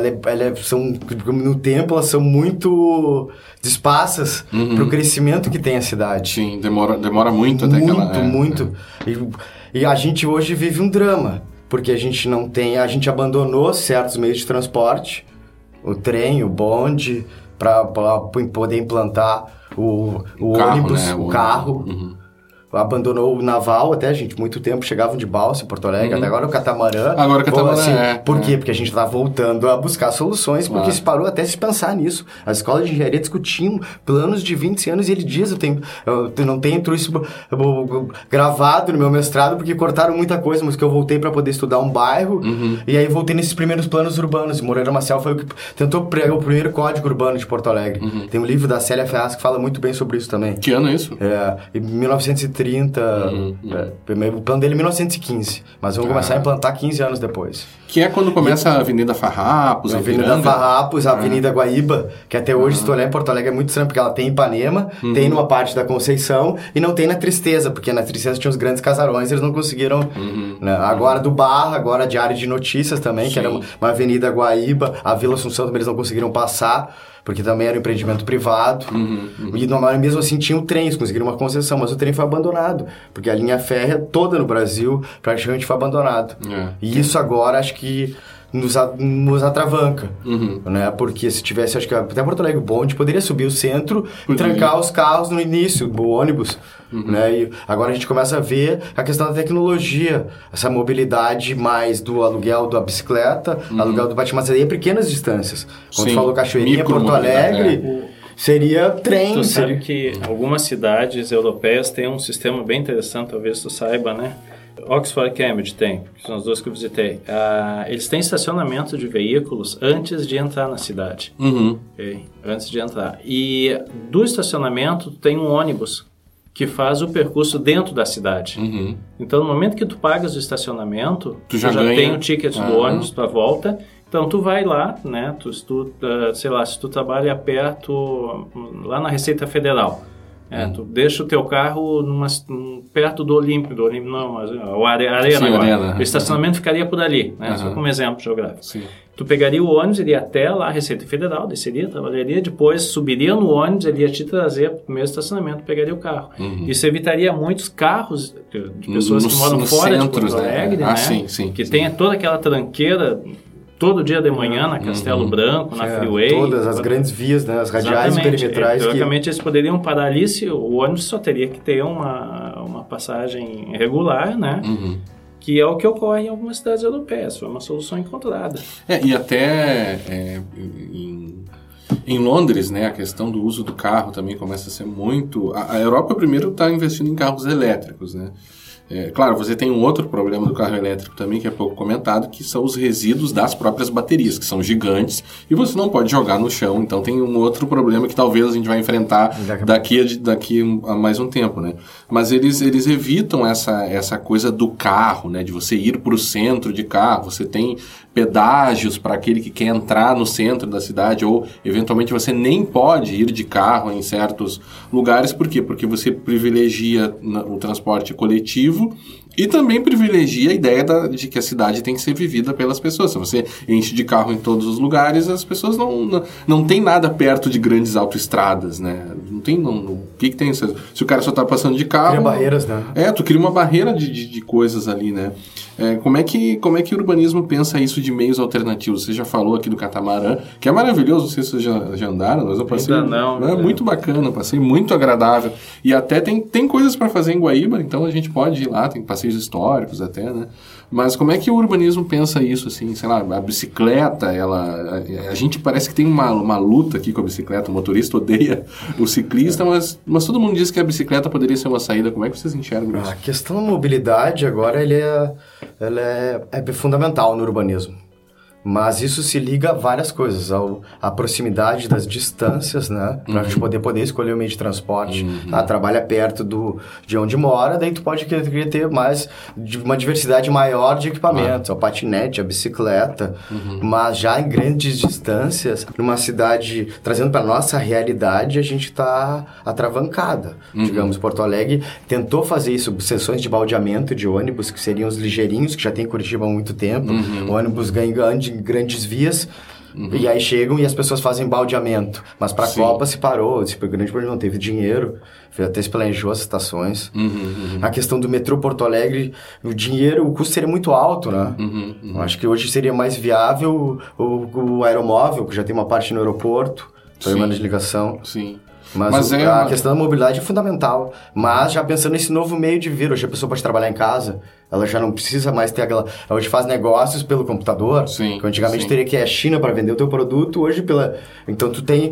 no tempo elas são muito esparsas para o crescimento que tem a cidade. Sim, demora muito até aquela... Muito. E a gente hoje vive um drama, porque a gente abandonou certos meios de transporte, o trem, o bonde, para poder implantar o ônibus, né? O carro. Abandonou o naval até, gente, muito tempo chegavam de balsa em Porto Alegre, até agora o catamarã. Por quê? Porque a gente está voltando a buscar soluções, porque se parou até se pensar nisso. As escolas de engenharia discutiam planos de 20 anos e ele diz, eu não tenho isso gravado no meu mestrado, porque cortaram muita coisa, mas que eu voltei para poder estudar um bairro, e aí voltei nesses primeiros planos urbanos. E Moreira Maciel foi o que tentou pregar o primeiro código urbano de Porto Alegre. Tem um livro da Célia Ferraz que fala muito bem sobre isso também. Que ano é isso? Em 1930, o plano dele é 1915, mas vamos começar a implantar 15 anos depois. Que é quando começa a Avenida Farrapos, a Avenida Farrapos, a Avenida Guaíba, que até hoje, se tu olhar em Porto Alegre, é muito estranho, porque ela tem em Ipanema, tem numa parte da Conceição, e não tem na Tristeza, porque na Tristeza tinha os grandes casarões, eles não conseguiram... Né? Agora do Barra, agora Diário de Notícias também, que era uma Avenida Guaíba, a Vila Assunção também eles não conseguiram passar, porque também era um empreendimento privado. E mesmo assim tinha um trem, eles conseguiram uma concessão, mas o trem foi abandonado, porque a linha férrea toda no Brasil praticamente foi abandonada. E isso agora acho que nos atravanca, né? Porque se tivesse, acho que até Porto Alegre, o bonde poderia subir o centro e trancar os carros no início, o ônibus, né? E agora a gente começa a ver a questão da tecnologia, essa mobilidade mais do aluguel da bicicleta, aluguel do bate, mas aí é pequenas distâncias. Quando tu falou Cachoeirinha, Porto Alegre... Seria trem. Tu sabe que algumas cidades europeias têm um sistema bem interessante, talvez tu saiba, né? Oxford e Cambridge tem, que são as duas que eu visitei. Eles têm estacionamento de veículos antes de entrar na cidade. Okay? Antes de entrar. E do estacionamento tem um ônibus que faz o percurso dentro da cidade. Então, no momento que tu pagas o estacionamento, tu já tem o ticket do ônibus para volta. Então, tu vai lá, né? Sei lá, se tu trabalha perto, lá na Receita Federal, tu deixa o teu carro perto do Olímpico não, mas a Arena agora. O estacionamento ficaria por ali, né? Só como exemplo geográfico. Sim. Tu pegaria o ônibus, iria até lá a Receita Federal, desceria, trabalharia, depois subiria no ônibus, ele ia te trazer para o meu estacionamento, pegaria o carro. Isso evitaria muitos carros de pessoas que moram fora de Porto Alegre, né? Sim. Que tem toda aquela tranqueira... Todo dia de manhã na Castelo Branco, na Freeway. Todas as grandes vias, né? As radiais e perimetrais. Teoricamente eles poderiam parar ali se o ônibus só teria que ter uma passagem regular, né? Que é o que ocorre em algumas cidades europeias. Foi uma solução encontrada. E até em Londres, né? A questão do uso do carro também começa a ser muito... A Europa primeiro está investindo em carros elétricos, né? Claro, você tem um outro problema do carro elétrico também, que é pouco comentado, que são os resíduos das próprias baterias, que são gigantes, e você não pode jogar no chão. Então tem um outro problema que talvez a gente vai enfrentar daqui a mais um tempo, né? Mas eles evitam essa coisa do carro, né? De você ir para o centro de carro. Você tem pedágios para aquele que quer entrar no centro da cidade, ou eventualmente você nem pode ir de carro em certos lugares. Por quê? Porque você privilegia o transporte coletivo e também privilegia a ideia de que a cidade tem que ser vivida pelas pessoas. Se você enche de carro em todos os lugares, as pessoas não tem nada perto de grandes autoestradas, né? o que tem? Se o cara só tá passando de carro... Cria barreiras, né? Tu cria uma barreira de coisas ali, né? Como é que o urbanismo pensa isso de meios alternativos? Você já falou aqui do catamarã, que é maravilhoso, não sei se vocês já andaram, mas eu passei... Ainda não. É muito bacana, passei muito agradável. E até tem coisas para fazer em Guaíba, então a gente pode ir lá, tem passeios históricos até, né? Mas como é que o urbanismo pensa isso, assim, sei lá, a bicicleta, a gente parece que tem uma luta aqui com a bicicleta, o motorista odeia o ciclista, mas todo mundo diz que a bicicleta poderia ser uma saída. Como é que vocês enxergam isso? A questão da mobilidade agora, ela é fundamental no urbanismo. Mas isso se liga a várias coisas, a proximidade das distâncias, né? Pra gente poder escolher o meio de transporte. Trabalha perto de onde mora, daí tu pode querer ter uma diversidade maior de equipamentos. O patinete, a bicicleta. Mas já em grandes distâncias, numa cidade, trazendo para nossa realidade, a gente tá atravancada. Digamos, Porto Alegre tentou fazer isso, sessões de baldeamento de ônibus, que seriam os ligeirinhos, que já tem em Curitiba há muito tempo. Ônibus ganhando grandes vias, e aí chegam e as pessoas fazem baldeamento. Mas para a Copa se parou, o grande problema não teve dinheiro, até se planejou as estações. A questão do metrô Porto Alegre, o custo seria muito alto, né? Acho que hoje seria mais viável o aeromóvel, que já tem uma parte no aeroporto, programa de ligação. Sim. Mas a questão da mobilidade é fundamental. Mas já pensando nesse novo meio de vir, hoje a pessoa pode trabalhar em casa, ela já não precisa mais ter aquela... Hoje faz negócios pelo computador, que antigamente teria que ir à China para vender o teu produto, hoje Então tu tem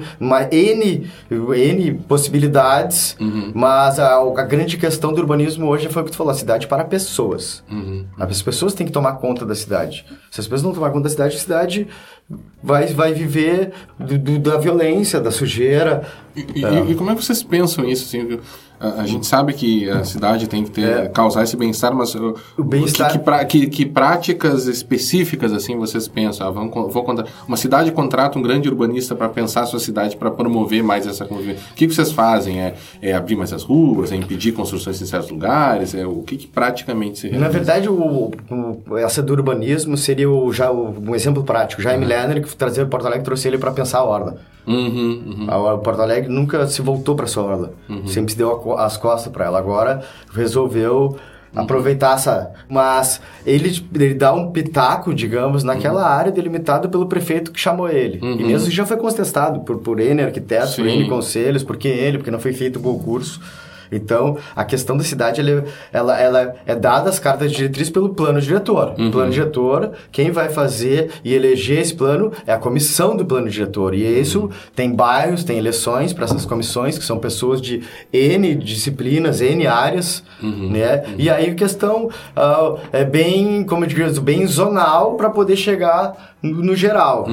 N possibilidades, mas a grande questão do urbanismo hoje foi o que tu falou, a cidade para pessoas. As pessoas têm que tomar conta da cidade. Se as pessoas não tomar conta da cidade, a cidade vai viver da violência, da sujeira. E como é que vocês pensam isso, assim? A gente sabe que a cidade tem que causar esse bem-estar, mas o bem-estar... que práticas específicas assim vocês pensam? Vou contar. Uma cidade contrata um grande urbanista para pensar a sua cidade, para promover mais essa convivência. O que vocês fazem? É abrir mais as ruas? É impedir construções em certos lugares? O que praticamente se realiza? Na verdade, essa do urbanismo seria um exemplo prático. Jaime Lerner, que trazer o Porto Alegre, trouxe ele para pensar a orla. O Porto Alegre nunca se voltou para sua orla. Sempre se deu as costas para ela. Agora resolveu aproveitar essa... Mas ele dá um pitaco, digamos, naquela área delimitada pelo prefeito que chamou ele. E mesmo já foi contestado por N arquitetos, por N conselhos, porque não foi feito o concurso. Então, a questão da cidade, ela é dada as cartas de diretriz pelo plano diretor. O plano diretor, quem vai fazer e eleger esse plano é a comissão do plano diretor. E isso tem bairros, tem eleições para essas comissões, que são pessoas de N disciplinas, N áreas, né? E aí a questão é bem, como eu digo, bem zonal para poder chegar no geral.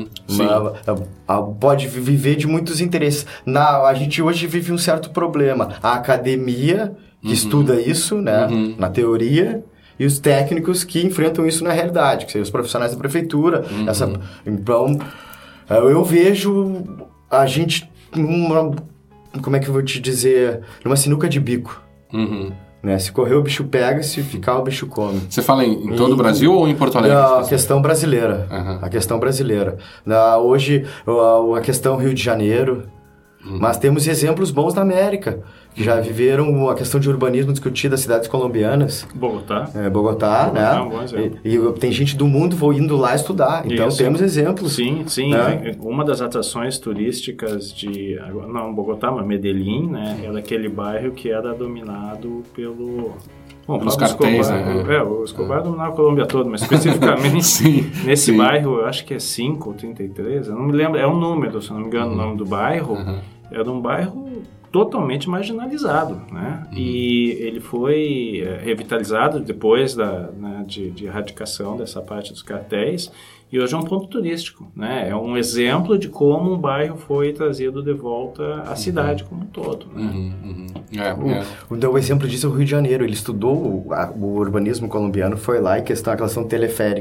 Pode viver de muitos interesses. A gente hoje vive um certo problema. A academia que estuda isso, né, na teoria, e os técnicos que enfrentam isso na realidade, que seriam os profissionais da prefeitura. Então, eu vejo a gente como é que eu vou te dizer, numa sinuca de bico. Né? Se correr o bicho pega, se ficar o bicho come. Você fala em todo o Brasil ou em Porto Alegre? Não, a questão brasileira. A questão brasileira. Hoje, a questão Rio de Janeiro. Mas temos exemplos bons na América, que já viveram a questão de urbanismo discutida das cidades colombianas. Bogotá, né? Um bom exemplo. E tem gente do mundo indo lá estudar. Então, temos exemplos. Sim. Né? Uma das atrações turísticas não Bogotá, mas Medellín, né? É daquele bairro que era dominado pelo... Os cartéis, né? O Escobar dominava a Colômbia toda, mas especificamente nesse bairro, eu acho que é 5 ou 33, eu não me lembro, é um número, se não me engano, o nome do bairro. Era um bairro totalmente marginalizado, né? E ele foi revitalizado depois de erradicação dessa parte dos cartéis, e hoje é um ponto turístico, né? É um exemplo de como um bairro foi trazido de volta à cidade como um todo, né? O exemplo disso é o Rio de Janeiro. Ele estudou o urbanismo colombiano, foi lá e a questão teleférico.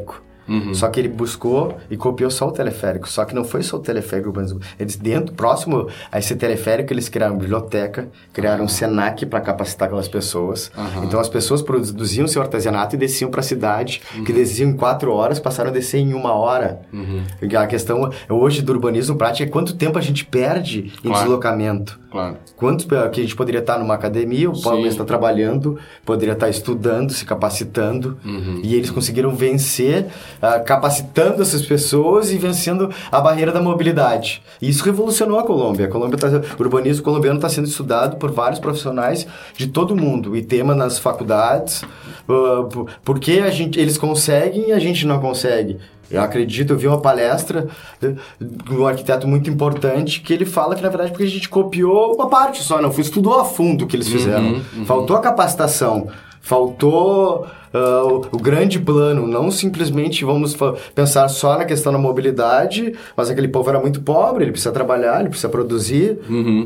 Só que ele buscou e copiou só o teleférico. Só que não foi só o teleférico urbanismo. Eles próximo a esse teleférico, eles criaram biblioteca, criaram um Senac para capacitar aquelas pessoas. Então as pessoas produziam seu artesanato e desciam para a cidade, que desciam em 4 horas, passaram a descer em 1 hora. A questão hoje do urbanismo prático é quanto tempo a gente perde em deslocamento. Quanto que a gente poderia estar numa academia, o Paulo está trabalhando, poderia estar estudando, se capacitando, e eles conseguiram vencer, capacitando essas pessoas e vencendo a barreira da mobilidade. E isso revolucionou a Colômbia. O urbanismo colombiano está sendo estudado por vários profissionais de todo o mundo, e tema nas faculdades, porque eles conseguem e a gente não consegue. Eu vi uma palestra de um arquiteto muito importante que ele fala que, na verdade, porque a gente copiou uma parte só, não estudou a fundo o que eles fizeram. Faltou a capacitação, faltou o grande plano, não simplesmente vamos pensar só na questão da mobilidade, mas aquele povo era muito pobre, ele precisa trabalhar, ele precisa produzir.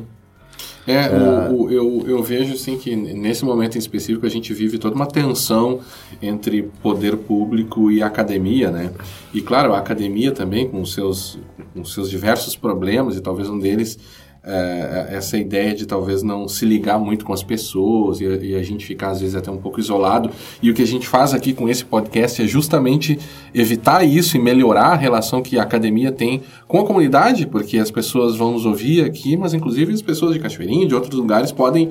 Eu vejo assim que nesse momento em específico a gente vive toda uma tensão entre poder público e academia, né? E claro, a academia também com seus diversos problemas, e talvez um deles essa ideia de talvez não se ligar muito com as pessoas e a gente ficar às vezes até um pouco isolado, e o que a gente faz aqui com esse podcast é justamente evitar isso e melhorar a relação que a academia tem com a comunidade, porque as pessoas vão nos ouvir aqui, mas inclusive as pessoas de Cachoeirinha e de outros lugares podem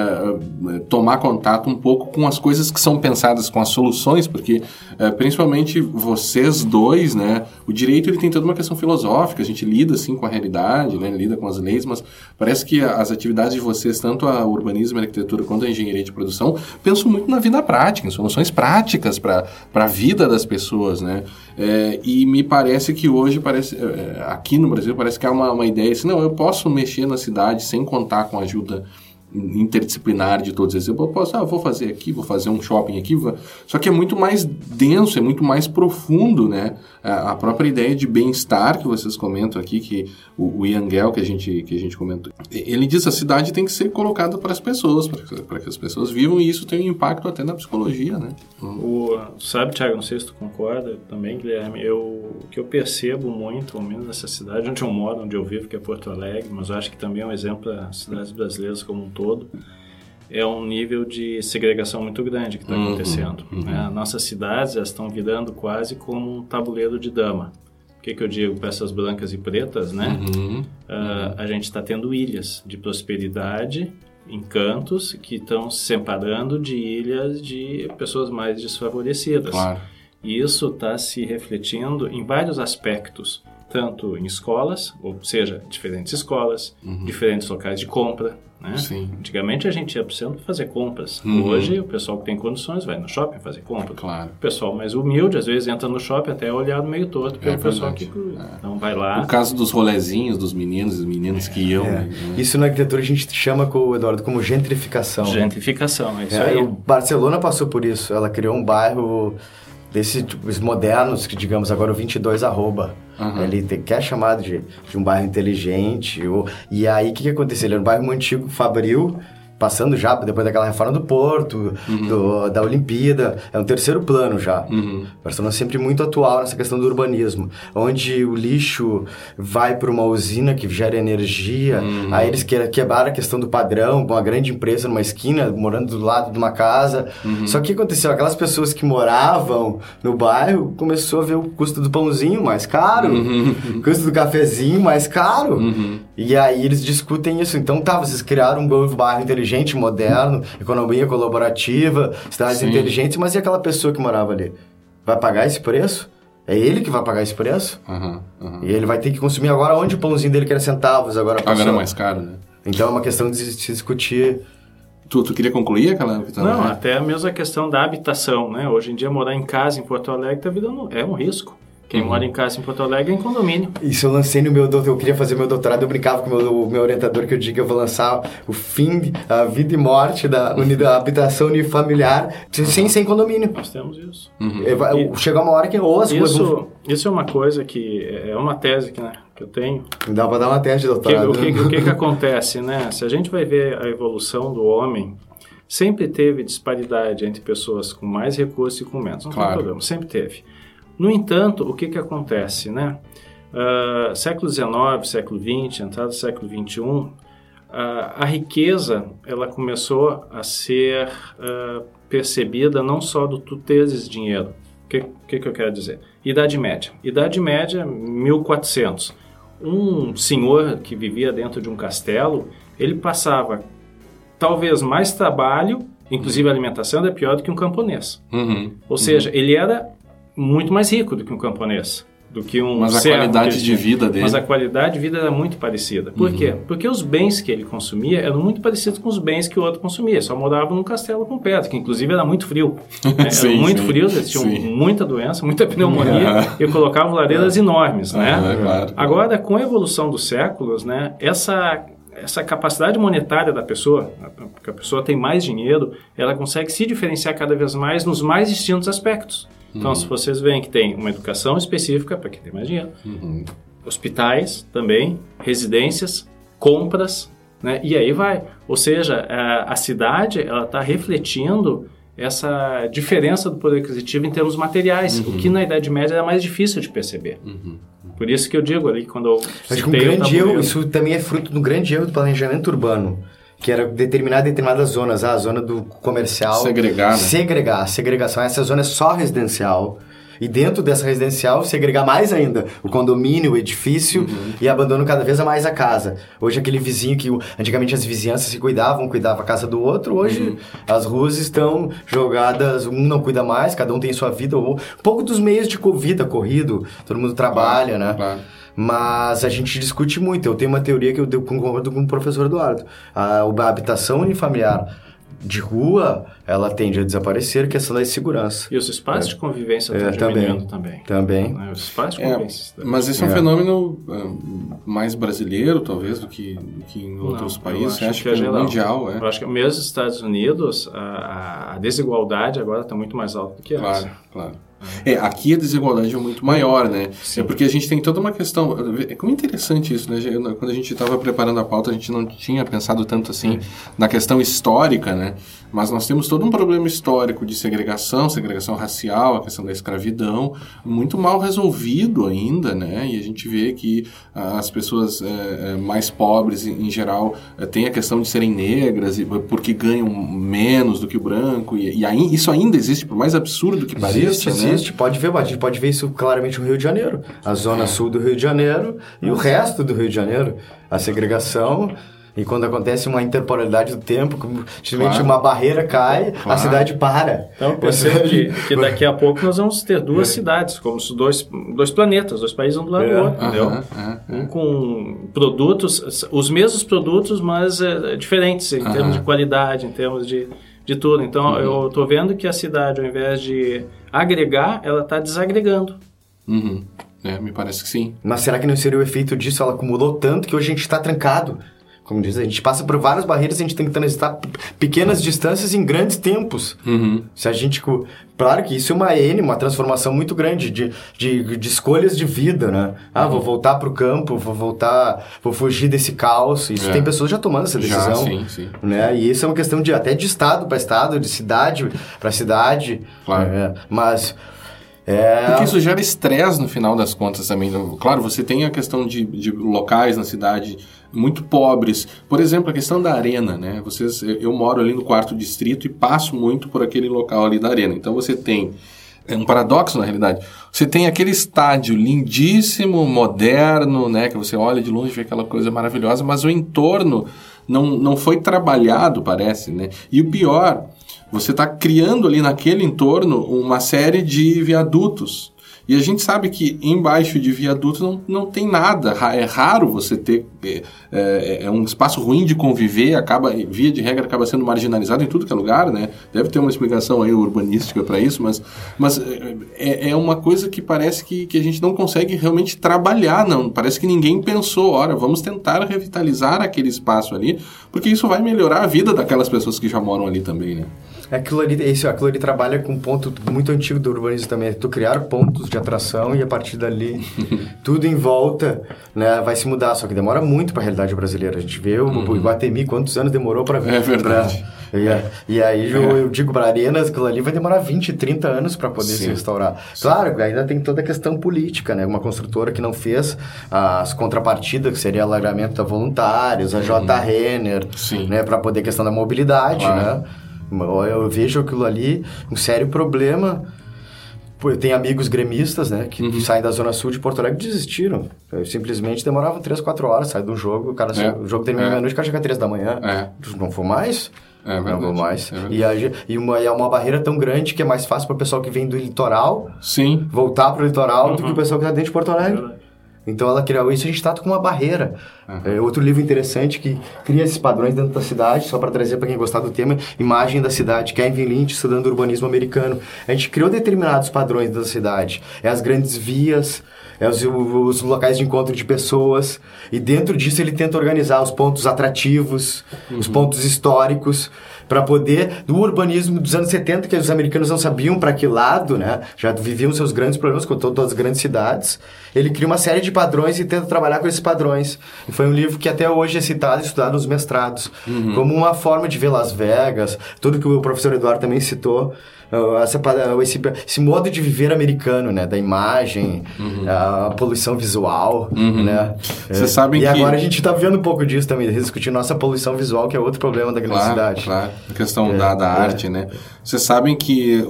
tomar contato um pouco com as coisas que são pensadas, com as soluções, porque principalmente vocês dois, né, o direito ele tem toda uma questão filosófica, a gente lida assim com a realidade, né, lida com as leis, mas parece que as atividades de vocês, tanto a urbanismo e a arquitetura quanto a engenharia de produção, pensam muito na vida prática, em soluções práticas para a vida das pessoas, né? E me parece que hoje, aqui no Brasil, parece que há uma ideia assim, não, eu posso mexer na cidade sem contar com a ajuda interdisciplinar de todos eles. Eu posso, vou fazer aqui, vou fazer um shopping aqui, só que é muito mais denso, é muito mais profundo, né? A própria ideia de bem-estar que vocês comentam aqui, que o Ian Gell, que a gente comentou, ele diz que a cidade tem que ser colocada para as pessoas, para que as pessoas vivam, e isso tem um impacto até na psicologia, né? Sabe, Thiago, não sei se tu concorda também, Guilherme, o que eu percebo muito, ao menos nessa cidade onde eu moro, onde eu vivo, que é Porto Alegre, mas eu acho que também é um exemplo das cidades brasileiras como um todo, é um nível de segregação muito grande que está acontecendo. Né? Nossas cidades já estão virando quase como um tabuleiro de dama. O que eu digo? Peças brancas e pretas, né? A gente está tendo ilhas de prosperidade, encantos, que estão se separando de ilhas de pessoas mais desfavorecidas. Claro. E isso está se refletindo em vários aspectos, tanto em escolas, ou seja, diferentes escolas, diferentes locais de compra, né? Sim. Antigamente a gente ia para o centro fazer compras. Hoje o pessoal que tem condições vai no shopping fazer compras. Claro. O pessoal mais humilde às vezes entra no shopping até olhado meio torto pelo pessoal que não vai lá. O caso dos rolezinhos dos meninos e meninas que iam. Né? Isso na arquitetura a gente chama, Eduardo, como gentrificação. Gentrificação, é isso aí. O Barcelona passou por isso. Ela criou um bairro desses modernos, que digamos agora o 22 arroba. Ele quer chamado de um bairro inteligente. E aí o que aconteceu? Ele era um bairro muito antigo, fabril, passando já depois daquela reforma do Porto, da Olimpíada, é um terceiro plano já. Barcelona é sempre muito atual nessa questão do urbanismo, onde o lixo vai para uma usina que gera energia, aí eles quebraram a questão do padrão, com uma grande empresa numa esquina, morando do lado de uma casa. Só que o que aconteceu? Aquelas pessoas que moravam no bairro começou a ver o custo do pãozinho mais caro, o custo do cafezinho mais caro, e aí eles discutem isso. Então vocês criaram um novo bairro inteligente, moderno, economia colaborativa, cidades inteligentes, mas e aquela pessoa que morava ali? Vai pagar esse preço? É ele que vai pagar esse preço? E ele vai ter que consumir agora onde o pãozinho dele que era centavos, agora pagando mais caro, né? Então é uma questão de se discutir. Tu queria concluir aquela... Não, até mesmo a questão da habitação, né? Hoje em dia morar em casa em Porto Alegre tá virando, é um risco. Quem mora em casa em Porto Alegre é em condomínio. Isso eu lancei no meu doutorado, eu queria fazer meu doutorado, eu brincava com o meu orientador que eu digo que eu vou lançar o fim, a vida e morte da habitação unifamiliar sem condomínio. Nós temos isso. Chegar uma hora que Isso é uma coisa que é uma tese que eu tenho. Dá para dar uma tese de doutorado. O que acontece, né? Se a gente vai ver a evolução do homem, sempre teve disparidade entre pessoas com mais recursos e com menos. Não tem problema, sempre teve. No entanto, o que acontece, né? Século XIX, século XX, entrada do século XXI, a riqueza ela começou a ser percebida não só do tu teres dinheiro. O que eu quero dizer? Idade Média. Idade Média, 1400. Um senhor que vivia dentro de um castelo, ele passava talvez mais trabalho, inclusive a alimentação era pior do que um camponês. Ou seja, ele era muito mais rico do que um camponês. Do que mas a qualidade de vida dele... Mas a qualidade de vida era muito parecida. Por quê? Porque os bens que ele consumia eram muito parecidos com os bens que o outro consumia. Só morava num castelo com pedra, que inclusive era muito frio. Era muito frio, eles tinham muita doença, muita pneumonia, e colocavam lareiras enormes, né? Claro. Agora, com a evolução dos séculos, né, essa capacidade monetária da pessoa, porque a pessoa tem mais dinheiro, ela consegue se diferenciar cada vez mais nos mais distintos aspectos. Então, se vocês veem que tem uma educação específica para quem tem mais dinheiro, hospitais também, residências, compras, né? E aí vai. Ou seja, a cidade ela está refletindo essa diferença do poder aquisitivo em termos materiais, o que na Idade Média era mais difícil de perceber. Por isso que eu digo ali, quando eu acho que um grande erro, isso também é fruto do grande erro do planejamento urbano, que era determinar determinadas zonas, a zona do comercial... Segregar, né? Segregação. Essa zona é só residencial. E dentro dessa residencial, segregar mais ainda o condomínio, o edifício, e abandonando cada vez mais a casa. Hoje, aquele vizinho que... Antigamente, as vizinhanças se cuidava a casa do outro. Hoje, as ruas estão jogadas, um não cuida mais, cada um tem sua vida. Um pouco dos meios de vida corrido, todo mundo trabalha, né? Claro. Mas a gente discute muito. Eu tenho uma teoria que eu concordo com o professor Eduardo. A habitação unifamiliar de rua, ela tende a desaparecer, questão da insegurança. E os espaços de convivência estão diminuindo também. Também. Os espaços de convivência. Mas esse é um fenômeno mais brasileiro, talvez, do que em outros países. Eu acho que é mundial. Eu acho que mesmo nos Estados Unidos, a desigualdade agora está muito mais alta do que antes. Claro. Aqui a desigualdade é muito maior, né? Sim. É porque a gente tem toda uma questão... É como interessante isso, né? Quando a gente estava preparando a pauta, a gente não tinha pensado tanto assim na questão histórica, né? Mas nós temos todo um problema histórico de segregação racial, a questão da escravidão, muito mal resolvido ainda, né? E a gente vê que as pessoas mais pobres, em geral, têm a questão de serem negras, porque ganham menos do que o branco, e isso ainda existe, por mais absurdo que pareça, né? A gente pode ver isso claramente no Rio de Janeiro. A zona sul do Rio de Janeiro e o resto do Rio de Janeiro. A segregação... E quando acontece uma interpolaridade do tempo, simplesmente uma barreira cai, a cidade para. Então, percebo que daqui a pouco nós vamos ter duas cidades, como se dois planetas, dois países um do lado do outro, entendeu? Um com produtos, os mesmos produtos, mas diferentes em termos de qualidade, em termos de tudo. Então, eu estou vendo que a cidade, ao invés de agregar, ela está desagregando. Me parece que sim. Mas será que não seria o efeito disso? Ela acumulou tanto que hoje a gente está trancado. Como diz, a gente passa por várias barreiras, a gente tem que transitar pequenas distâncias em grandes tempos. Se a gente... Claro que isso é uma transformação muito grande de escolhas de vida, né? Vou voltar pro campo, vou fugir desse caos. Isso tem pessoas já tomando essa decisão. Sim. Né? E isso é uma questão até de estado para estado, de cidade para cidade. Claro. Mas... Porque isso gera estresse no final das contas também. Claro, você tem a questão de locais na cidade muito pobres. Por exemplo, a questão da arena, né? Eu moro ali no 4º distrito e passo muito por aquele local ali da arena. Então você tem... É um paradoxo, na realidade. Você tem aquele estádio lindíssimo, moderno, né? Que você olha de longe e vê aquela coisa maravilhosa, mas o entorno não foi trabalhado, parece, né? E o pior... Você está criando ali naquele entorno uma série de viadutos. E a gente sabe que embaixo de viadutos não tem nada. É raro você ter... É um espaço ruim de conviver, via de regra, acaba sendo marginalizado em tudo que é lugar, né? Deve ter uma explicação aí urbanística para isso, mas é uma coisa que parece que a gente não consegue realmente trabalhar, não. Parece que ninguém pensou, vamos tentar revitalizar aquele espaço ali, porque isso vai melhorar a vida daquelas pessoas que já moram ali também, né? Aquilo ali trabalha com um ponto muito antigo do urbanismo também, tu criar pontos de atração e a partir dali tudo em volta, né, vai se mudar, só que demora muito para a realidade brasileira. A gente vê o Iguatemi, quantos anos demorou para vir. É verdade. E aí eu digo para Arenas, aquilo ali vai demorar 20, 30 anos para poder se restaurar. Claro, ainda tem toda a questão política, né? Uma construtora que não fez as contrapartidas, que seria alargamento a voluntários, a J. Renner, né? Para poder questão da mobilidade, né? Eu vejo aquilo ali um sério problema. Pô, eu tenho amigos gremistas, né, que saem da Zona Sul de Porto Alegre e desistiram. Simplesmente demoravam 3, 4 horas, sai do jogo, o cara o jogo termina meia-noite, o cara chega às 3 da manhã. Não for mais? Não vou mais. E é uma barreira tão grande que é mais fácil para o pessoal que vem do litoral voltar para o litoral do que o pessoal que está dentro de Porto Alegre. Então ela criou isso, a gente trata com uma barreira. Outro livro interessante que cria esses padrões dentro da cidade, só para trazer para quem gostar do tema, Imagem da Cidade, Kevin Lynch estudando urbanismo americano. A gente criou determinados padrões da cidade. As grandes vias, os locais de encontro de pessoas, e dentro disso ele tenta organizar os pontos atrativos, os pontos históricos, para poder, do urbanismo dos anos 70, que os americanos não sabiam para que lado, né? Já viviam seus grandes problemas com todas as grandes cidades. Ele cria uma série de padrões e tenta trabalhar com esses padrões. E foi um livro que até hoje é citado e estudado nos mestrados, como uma forma de ver Las Vegas, tudo que o professor Eduardo também citou, esse modo de viver americano, né? Da imagem, a poluição visual, né? Vocês sabem que... agora a gente está vendo um pouco disso também, discutindo nossa poluição visual, que é outro problema da grande cidade. Claro, a questão da arte, né? Vocês sabem que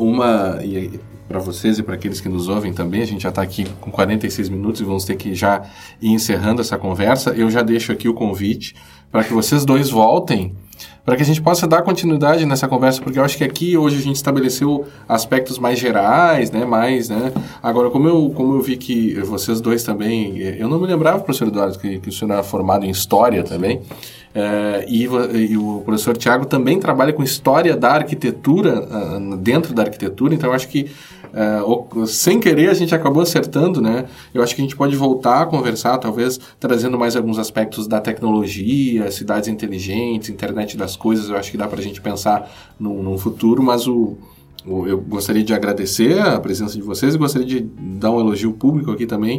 para vocês e para aqueles que nos ouvem também, a gente já está aqui com 46 minutos e vamos ter que já ir encerrando essa conversa. Eu já deixo aqui o convite para que vocês dois voltem, para que a gente possa dar continuidade nessa conversa, porque eu acho que aqui hoje a gente estabeleceu aspectos mais gerais, né, Agora, como eu vi que vocês dois também, eu não me lembrava, professor Eduardo, que o senhor era formado em História também, e o professor Tiago também trabalha com História da Arquitetura, dentro da arquitetura, então eu acho que sem querer a gente acabou acertando, né? Eu acho que a gente pode voltar a conversar, talvez trazendo mais alguns aspectos da tecnologia, cidades inteligentes, internet das coisas. Eu acho que dá para a gente pensar num futuro, mas eu gostaria de agradecer a presença de vocês e gostaria de dar um elogio público aqui também,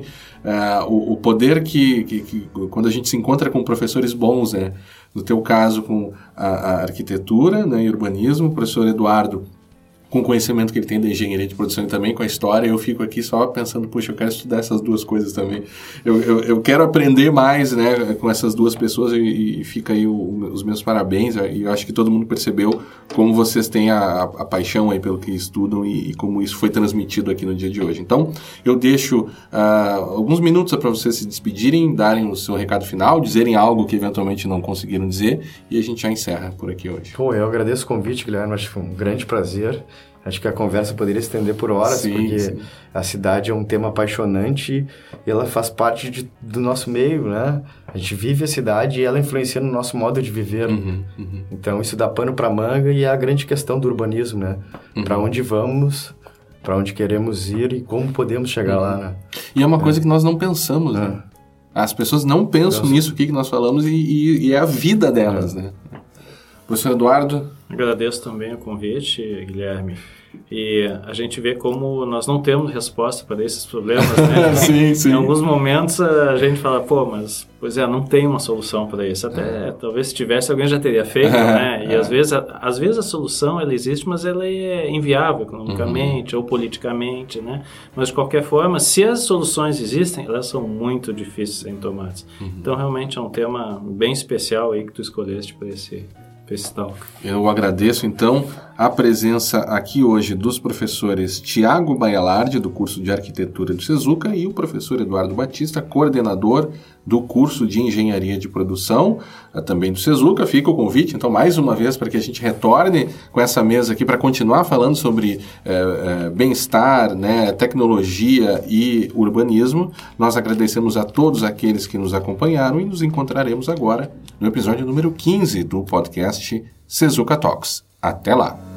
o poder que quando a gente se encontra com professores bons, né? No teu caso com a arquitetura, né, e urbanismo, o professor Eduardo com o conhecimento que ele tem da engenharia de produção e também com a história, eu fico aqui só pensando, puxa, eu quero estudar essas duas coisas também. Eu quero aprender mais, né, com essas duas pessoas e fica aí os meus parabéns. E eu acho que todo mundo percebeu como vocês têm a paixão aí pelo que estudam e como isso foi transmitido aqui no dia de hoje. Então, eu deixo alguns minutos para vocês se despedirem, darem o seu recado final, dizerem algo que eventualmente não conseguiram dizer e a gente já encerra por aqui hoje. Pô, eu agradeço o convite, Guilherme, acho que foi um grande prazer. Acho que a conversa poderia se estender por horas, porque a cidade é um tema apaixonante e ela faz parte do nosso meio, né? A gente vive a cidade e ela influencia no nosso modo de viver. Então, isso dá pano para manga e é a grande questão do urbanismo, né? Para onde vamos, para onde queremos ir e como podemos chegar lá, né? E é uma coisa que nós não pensamos, né? As pessoas não pensam nisso aqui que nós falamos e é a vida delas, né? Professor Eduardo? Agradeço também o convite, Guilherme. E a gente vê como nós não temos resposta para esses problemas, né? Sim. Em alguns momentos a gente fala, pois não tem uma solução para isso. Até talvez se tivesse, alguém já teria feito, né? E às vezes a solução ela existe, mas ela é inviável economicamente ou politicamente, né? Mas de qualquer forma, se as soluções existem, elas são muito difíceis de serem tomadas. Então realmente é um tema bem especial aí que tu escolheste para esse talk. Eu agradeço, então, a presença aqui hoje dos professores Tiago Baialardi, do curso de Arquitetura do Sezuca, e o professor Eduardo Batista, coordenador do curso de Engenharia de Produção, também do Sezuca. Fica o convite, então, mais uma vez, para que a gente retorne com essa mesa aqui para continuar falando sobre bem-estar, né, tecnologia e urbanismo. Nós agradecemos a todos aqueles que nos acompanharam e nos encontraremos agora no episódio número 15 do podcast Sezuca Talks. Até lá!